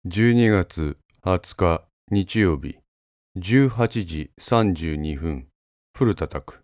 12月20日日曜日18時32分古田拓。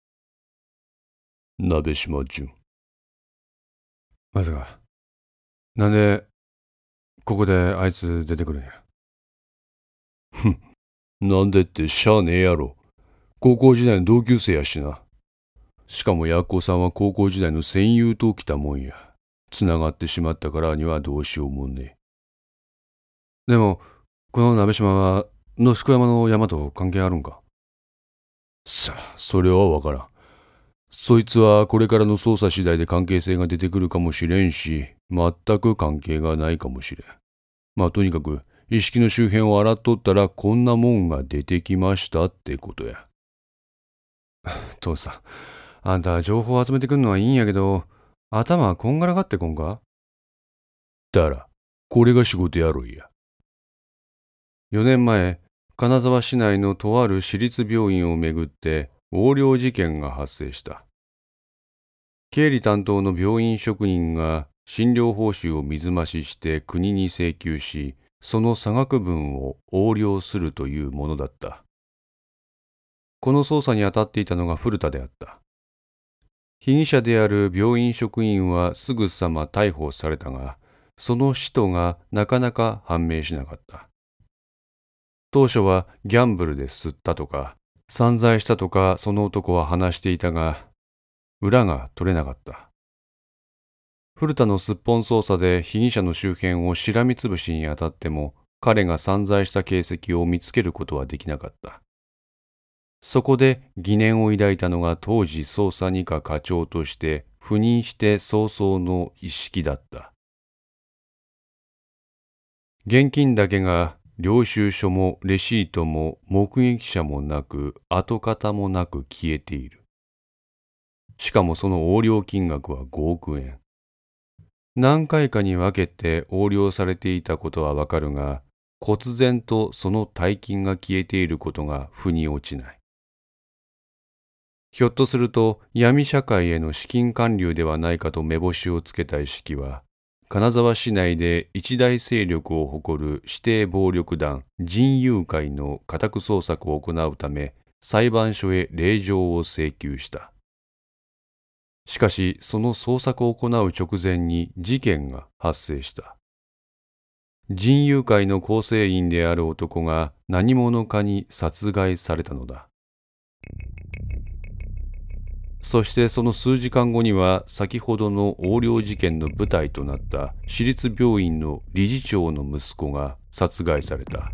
鍋島淳。まさかなんでここであいつ出てくるんや。ふん、なんでってしゃあねえやろ。高校時代の同級生やしな。しかもやっこさんは高校時代の戦友と来たもんや。つながってしまったからにはどうしようもねえ。でもこの鍋島は野宿山の山と関係あるんか。さあ、それはわからん。そいつはこれからの捜査次第で関係性が出てくるかもしれんし、全く関係がないかもしれん。まあとにかく意識の周辺を洗っとったらこんなもんが出てきましたってことや。父さん、あんた情報を集めてくんのはいいんやけど、頭こんがらがってこんか。だら、これが仕事やろいや。4年前、金沢市内のとある私立病院をめぐって横領事件が発生した。経理担当の病院職人が診療報酬を水増しして国に請求し、その差額分を横領するというものだった。この捜査に当たっていたのが古田であった。被疑者である病院職員はすぐさま逮捕されたが、その使途がなかなか判明しなかった。当初はギャンブルで吸ったとか、散財したとかその男は話していたが、裏が取れなかった。古田のすっぽん捜査で被疑者の周辺をしらみつぶしに当たっても、彼が散財した形跡を見つけることはできなかった。そこで疑念を抱いたのが当時捜査二課課長として赴任して早々の一色だった。現金だけが領収書もレシートも目撃者もなく跡形もなく消えている。しかもその横領金額は5億円。何回かに分けて横領されていたことはわかるが、忽然とその大金が消えていることが腑に落ちない。ひょっとすると闇社会への資金還流ではないかと目星をつけた意識は、金沢市内で一大勢力を誇る指定暴力団仁勇会の家宅捜索を行うため裁判所へ令状を請求した。しかしその捜索を行う直前に事件が発生した。仁勇会の構成員である男が何者かに殺害されたのだ。そしてその数時間後には先ほどの横領事件の舞台となった私立病院の理事長の息子が殺害された。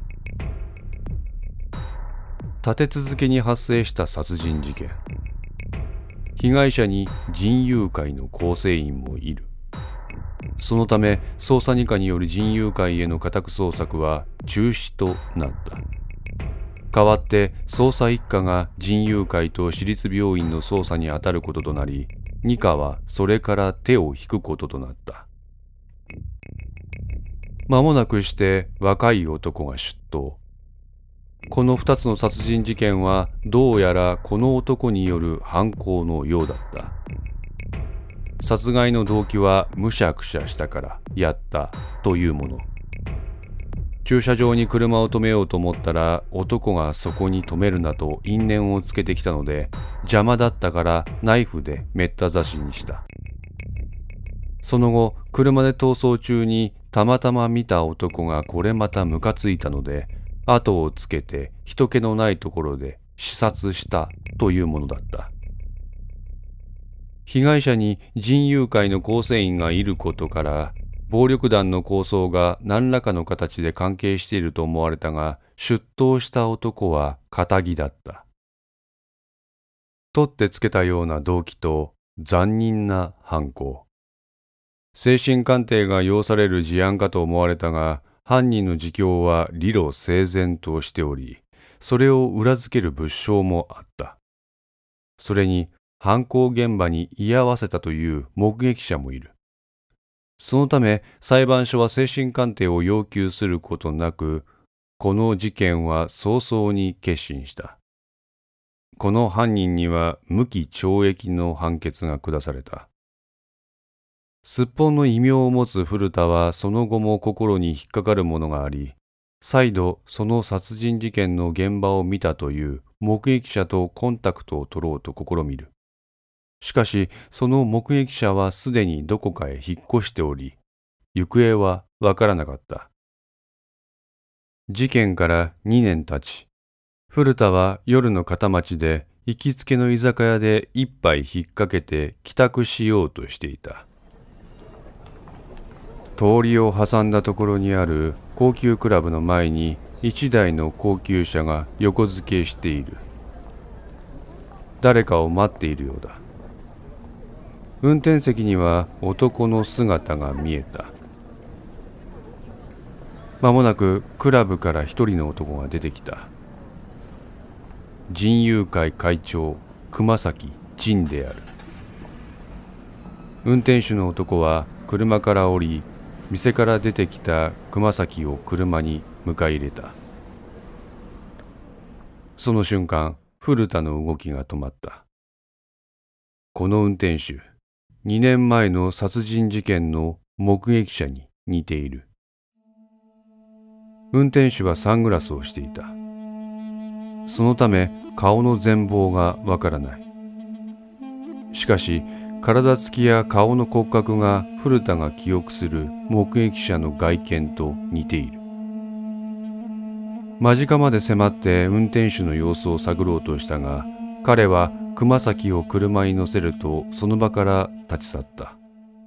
立て続けに発生した殺人事件。被害者に仁勇会の構成員もいる。そのため捜査二課による仁勇会への家宅捜索は中止となった。代わって捜査一課が仁勇会と私立病院の捜査に当たることとなり、二課はそれから手を引くこととなった。間もなくして若い男が出頭。この2つの殺人事件はどうやらこの男による犯行のようだった。殺害の動機はむしゃくしゃしたからやったというもの。駐車場に車を止めようと思ったら男がそこに止めるなと因縁をつけてきたので、邪魔だったからナイフでめった刺しにした。その後車で逃走中にたまたま見た男がこれまたムカついたので、後をつけて人気のないところで刺殺したというものだった。被害者に仁勇会の構成員がいることから暴力団の抗争が何らかの形で関係していると思われたが、出頭した男は堅気だった。取ってつけたような動機と残忍な犯行。精神鑑定が要される事案かと思われたが、犯人の自供は理路整然としており、それを裏付ける物証もあった。それに犯行現場に居合わせたという目撃者もいる。そのため裁判所は精神鑑定を要求することなく、この事件は早々に結審した。この犯人には無期懲役の判決が下された。 すっぽんの異名を持つ古田はその後も心に引っかかるものがあり、再度その殺人事件の現場を見たという目撃者とコンタクトを取ろうと試みる。しかしその目撃者はすでにどこかへ引っ越しており、行方はわからなかった。事件から2年経ち、古田は夜の片町で行きつけの居酒屋で一杯引っ掛けて帰宅しようとしていた。通りを挟んだところにある高級クラブの前に一台の高級車が横付けしている。誰かを待っているようだ。運転席には男の姿が見えた。間もなくクラブから一人の男が出てきた。人友会会長熊崎仁である。運転手の男は車から降り、店から出てきた熊崎を車に迎え入れた。その瞬間、古田の動きが止まった。この運転手、2年前の殺人事件の目撃者に似ている。運転手はサングラスをしていた。そのため顔の全貌がわからない。しかし体つきや顔の骨格が古田が記憶する目撃者の外見と似ている。間近まで迫って運転手の様子を探ろうとしたが、彼は熊崎を車に乗せるとその場から立ち去った。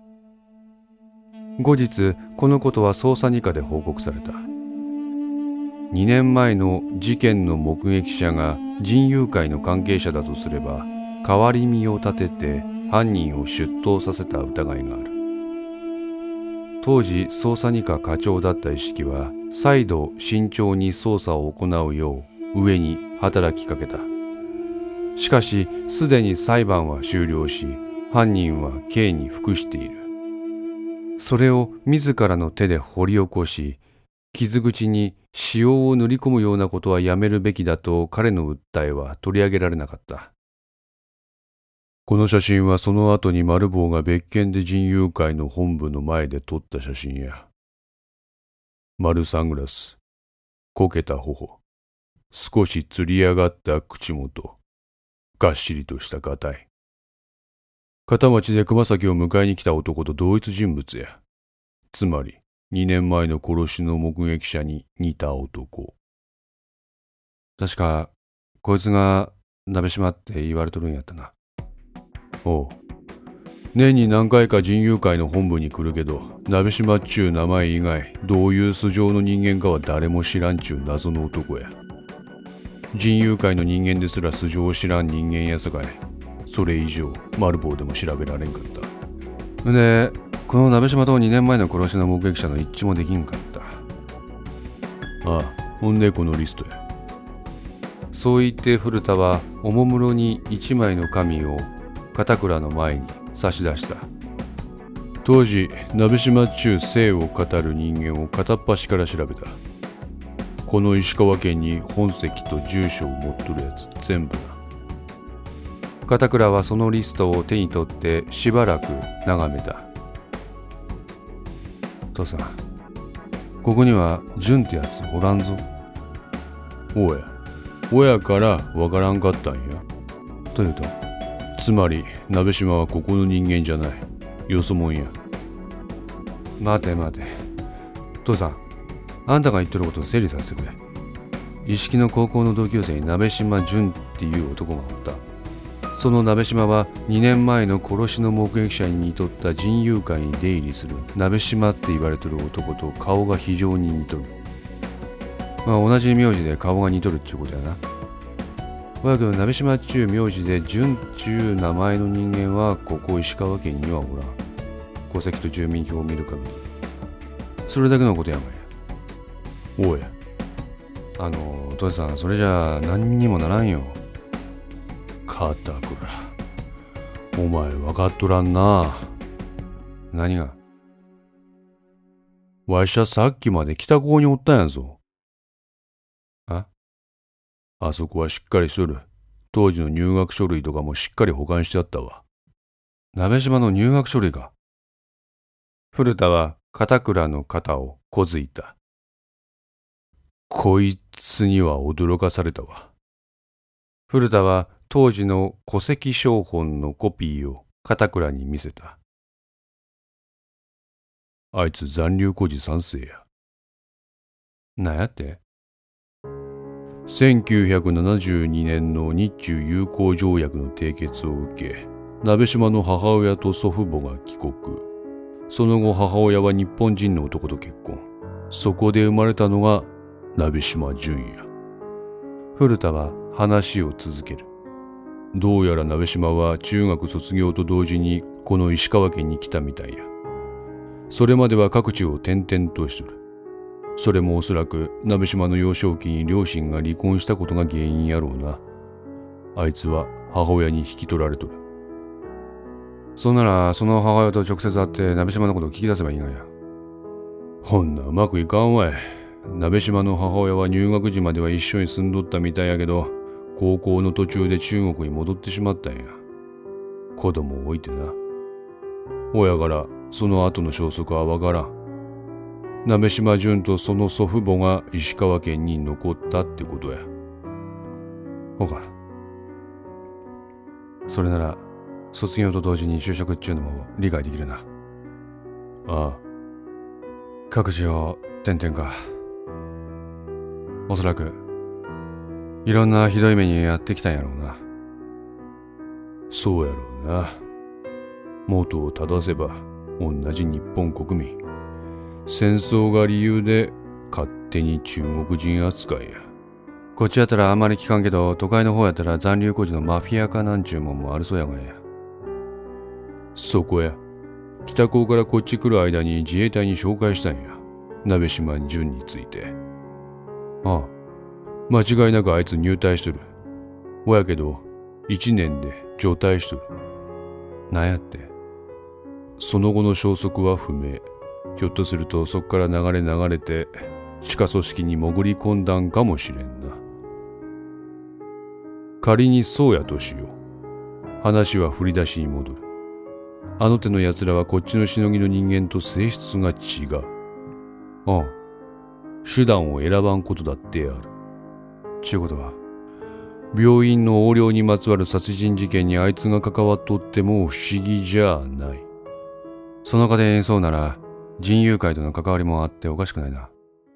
後日このことは捜査二課で報告された。2年前の事件の目撃者が人友会の関係者だとすれば、代わり身を立てて犯人を出頭させた疑いがある。当時捜査二課課長だった一色は再度慎重に捜査を行うよう上に働きかけた。しかしすでに裁判は終了し、犯人は刑に服している。それを自らの手で掘り起こし、傷口に塩を塗り込むようなことはやめるべきだと彼の訴えは取り上げられなかった。この写真はその後にマルボウが別件で人友会の本部の前で撮った写真や。丸サングラス、こけた頬、少しつり上がった口元、がっしりとしたガタイ。片町で熊崎を迎えに来た男と同一人物や。つまり2年前の殺しの目撃者に似た男。確かこいつが鍋島って言われとるんやったな。おう。年に何回か人友会の本部に来るけど、鍋島っちゅう名前以外どういう素性の人間かは誰も知らんちゅう謎の男や。人友会の人間ですら素性を知らん人間やさかい。それ以上マルボウでも調べられんかった。でこの鍋島と2年前の殺しの目撃者の一致もできんかった。ああ、ほんでこのリストや。そう言って古田はおもむろに一枚の紙を片倉の前に差し出した。当時鍋島っちゅう生を語る人間を片っ端から調べた。この石川県に本籍と住所を持っとるやつ全部な。片倉はそのリストを手に取ってしばらく眺めた。父さん、ここには純ってやつおらんぞ。おや、親からわからんかったんや。というと、つまり鍋島はここの人間じゃない、よそもんや。待て待て、父さん、あんたが言っとることを整理させてくれ。一色の高校の同級生に鍋島純っていう男がおった。その鍋島は2年前の殺しの目撃者に似とった人友会に出入りする鍋島って言われとる男と顔が非常に似とる。同じ名字で顔が似とるっちゅうことやな。おやけど鍋島っちゅう名字で純っちゅう名前の人間はここ石川県にはおらん。戸籍と住民票を見る限りそれだけのことやもんや。おや、父さん、それじゃあ何にもならんよ。片倉、お前分かっとらんな。何が？わしゃさっきまで北高におったんやぞ。あそこはしっかりしとる。当時の入学書類とかもしっかり保管してあったわ。鍋島の入学書類か。 古田は片倉の肩をこづいた。こいつには驚かされたわ。古田は当時の戸籍抄本のコピーを片倉に見せた。あいつ残留孤児賛成や。なんやって？ 1972 年の日中友好条約の締結を受け、鍋島の母親と祖父母が帰国。その後母親は日本人の男と結婚。そこで生まれたのが鍋島淳や。古田は話を続ける。どうやら鍋島は中学卒業と同時にこの石川県に来たみたいや。それまでは各地を転々としとる。それもおそらく鍋島の幼少期に両親が離婚したことが原因やろうな。あいつは母親に引き取られとる。そんならその母親と直接会って鍋島のことを聞き出せばいいがや。ほんなうまくいかんわい。鍋島の母親は入学時までは一緒に住んどったみたいやけど、高校の途中で中国に戻ってしまったんや。子供を置いてな。親からその後の消息はわからん。鍋島淳とその祖父母が石川県に残ったってことや。ほうか。それなら卒業と同時に就職っちゅうのも理解できるな。ああ。各地を転々か。おそらくいろんなひどい目にやってきたんやろうな。そうやろうな。元を正せば同じ日本国民。戦争が理由で勝手に中国人扱いや。こっちやったらあんまり聞かんけど、都会の方やったら残留孤児のマフィアかなんちゅうもんもあるそうやがや。そこや。北高からこっち来る間に自衛隊に紹介したんや。鍋島淳について。ああ、間違いなくあいつ入隊しとる。ほやけど1年で除隊しとる。なんやって。その後の消息は不明。ひょっとするとそっから流れて地下組織に潜り込んだんかもしれんな。仮にそうやとしよう。話は振り出しに戻る。あの手の奴らはこっちのしのぎの人間と性質が違う。ああ、手段を選ばんことだってある。ちゅうことは、病院の横領にまつわる殺人事件にあいつが関わっとっても不思議じゃない。その過程にそうなら、人友会との関わりもあっておかしくないな。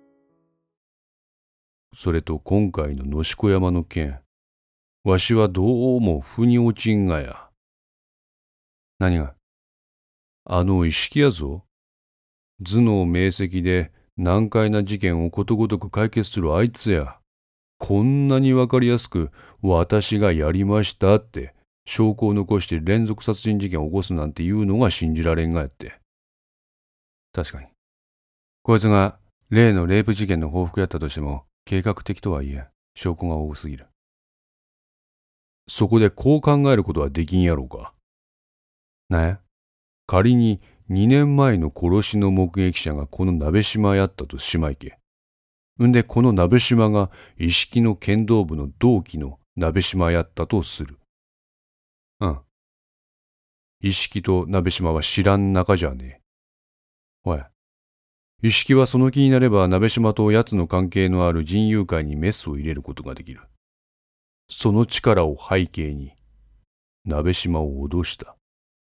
それと今回の野子山の件、わしはどうも腑に落ちんがや。何が？あの一色やぞ。頭脳明晰で難解な事件をことごとく解決するあいつや。こんなにわかりやすく私がやりましたって証拠を残して連続殺人事件を起こすなんていうのが信じられんがやって。確かに。こいつが例のレイプ事件の報復やったとしても計画的とはいえ証拠が多すぎる。そこでこう考えることはできんやろうか。ね？仮に2年前の殺しの目撃者がこの鍋島やったとしまいけ。んでこの鍋島が一色の剣道部の同期の鍋島やったとする。うん。一色と鍋島は知らん仲じゃねえ。おい。一色はその気になれば鍋島と奴の関係のある人友会にメスを入れることができる。その力を背景に鍋島を脅した。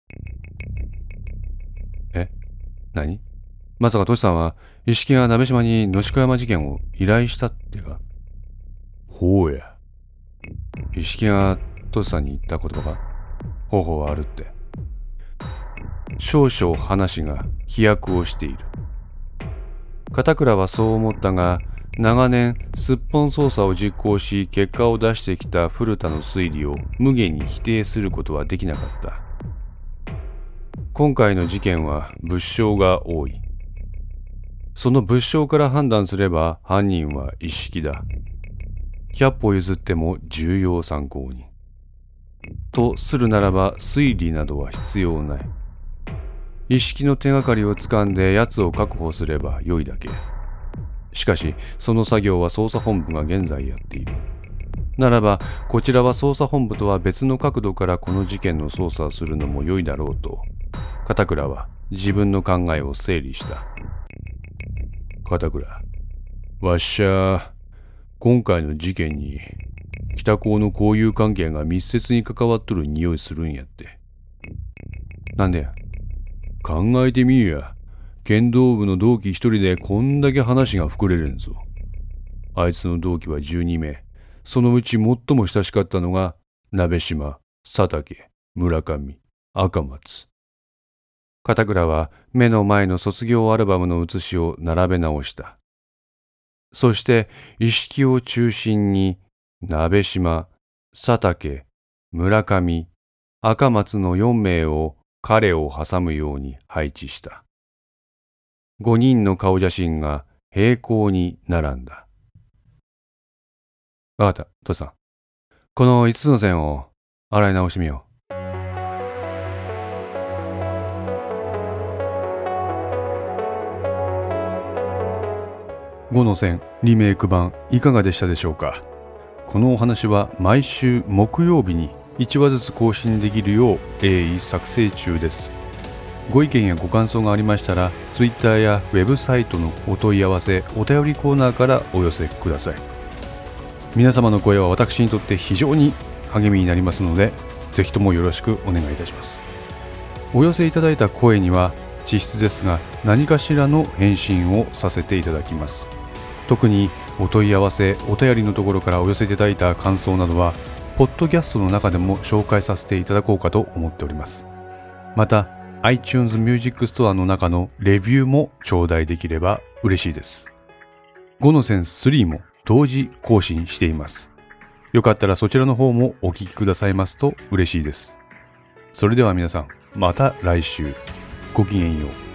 え？何？まさかトシさんは一色が鍋島に野子山事件を依頼したってか？ほうや。一色がトシさんに言った言葉か？方法はあるって。少々話が飛躍をしている。片倉はそう思ったが、長年すっぽん捜査を実行し結果を出してきた古田の推理を無限に否定することはできなかった。今回の事件は物証が多い。その物証から判断すれば犯人は一色だ。100歩譲っても重要参考に。とするならば推理などは必要ない。一色の手がかりをつかんで奴を確保すれば良いだけ。しかしその作業は捜査本部が現在やっている。ならばこちらは捜査本部とは別の角度からこの事件の捜査をするのも良いだろうと片倉は自分の考えを整理した。片倉、わっしゃ、今回の事件に北高の交友関係が密接に関わっとる匂いするんやって。なんでや。考えてみいや。剣道部の同期一人でこんだけ話が膨れるんぞ。あいつの同期は12名。そのうち最も親しかったのが鍋島、佐竹、村上、赤松。片倉は目の前の卒業アルバムの写しを並べ直した。そして意識を中心に鍋島、佐竹、村上、赤松の4名を彼を挟むように配置した。5人の顔写真が平行に並んだ。わかった、父さん。この5つの線を洗い直してみよう。5の線リメイク版いかがでしたでしょうか。このお話は毎週木曜日に1話ずつ更新できるよう鋭意作成中です。ご意見やご感想がありましたら Twitter やウェブサイトのお問い合わせお便りコーナーからお寄せください。皆様の声は私にとって非常に励みになりますので、ぜひともよろしくお願いいたします。お寄せいただいた声には実質ですが何かしらの返信をさせていただきます。特にお問い合わせお便りのところからお寄せいただいた感想などはポッドキャストの中でも紹介させていただこうかと思っております。また iTunes Music Store の中のレビューも頂戴できれば嬉しいです。5の線3も同時更新しています。よかったらそちらの方もお聞きくださいますと嬉しいです。それでは皆さん、また来週。ごきげんよう。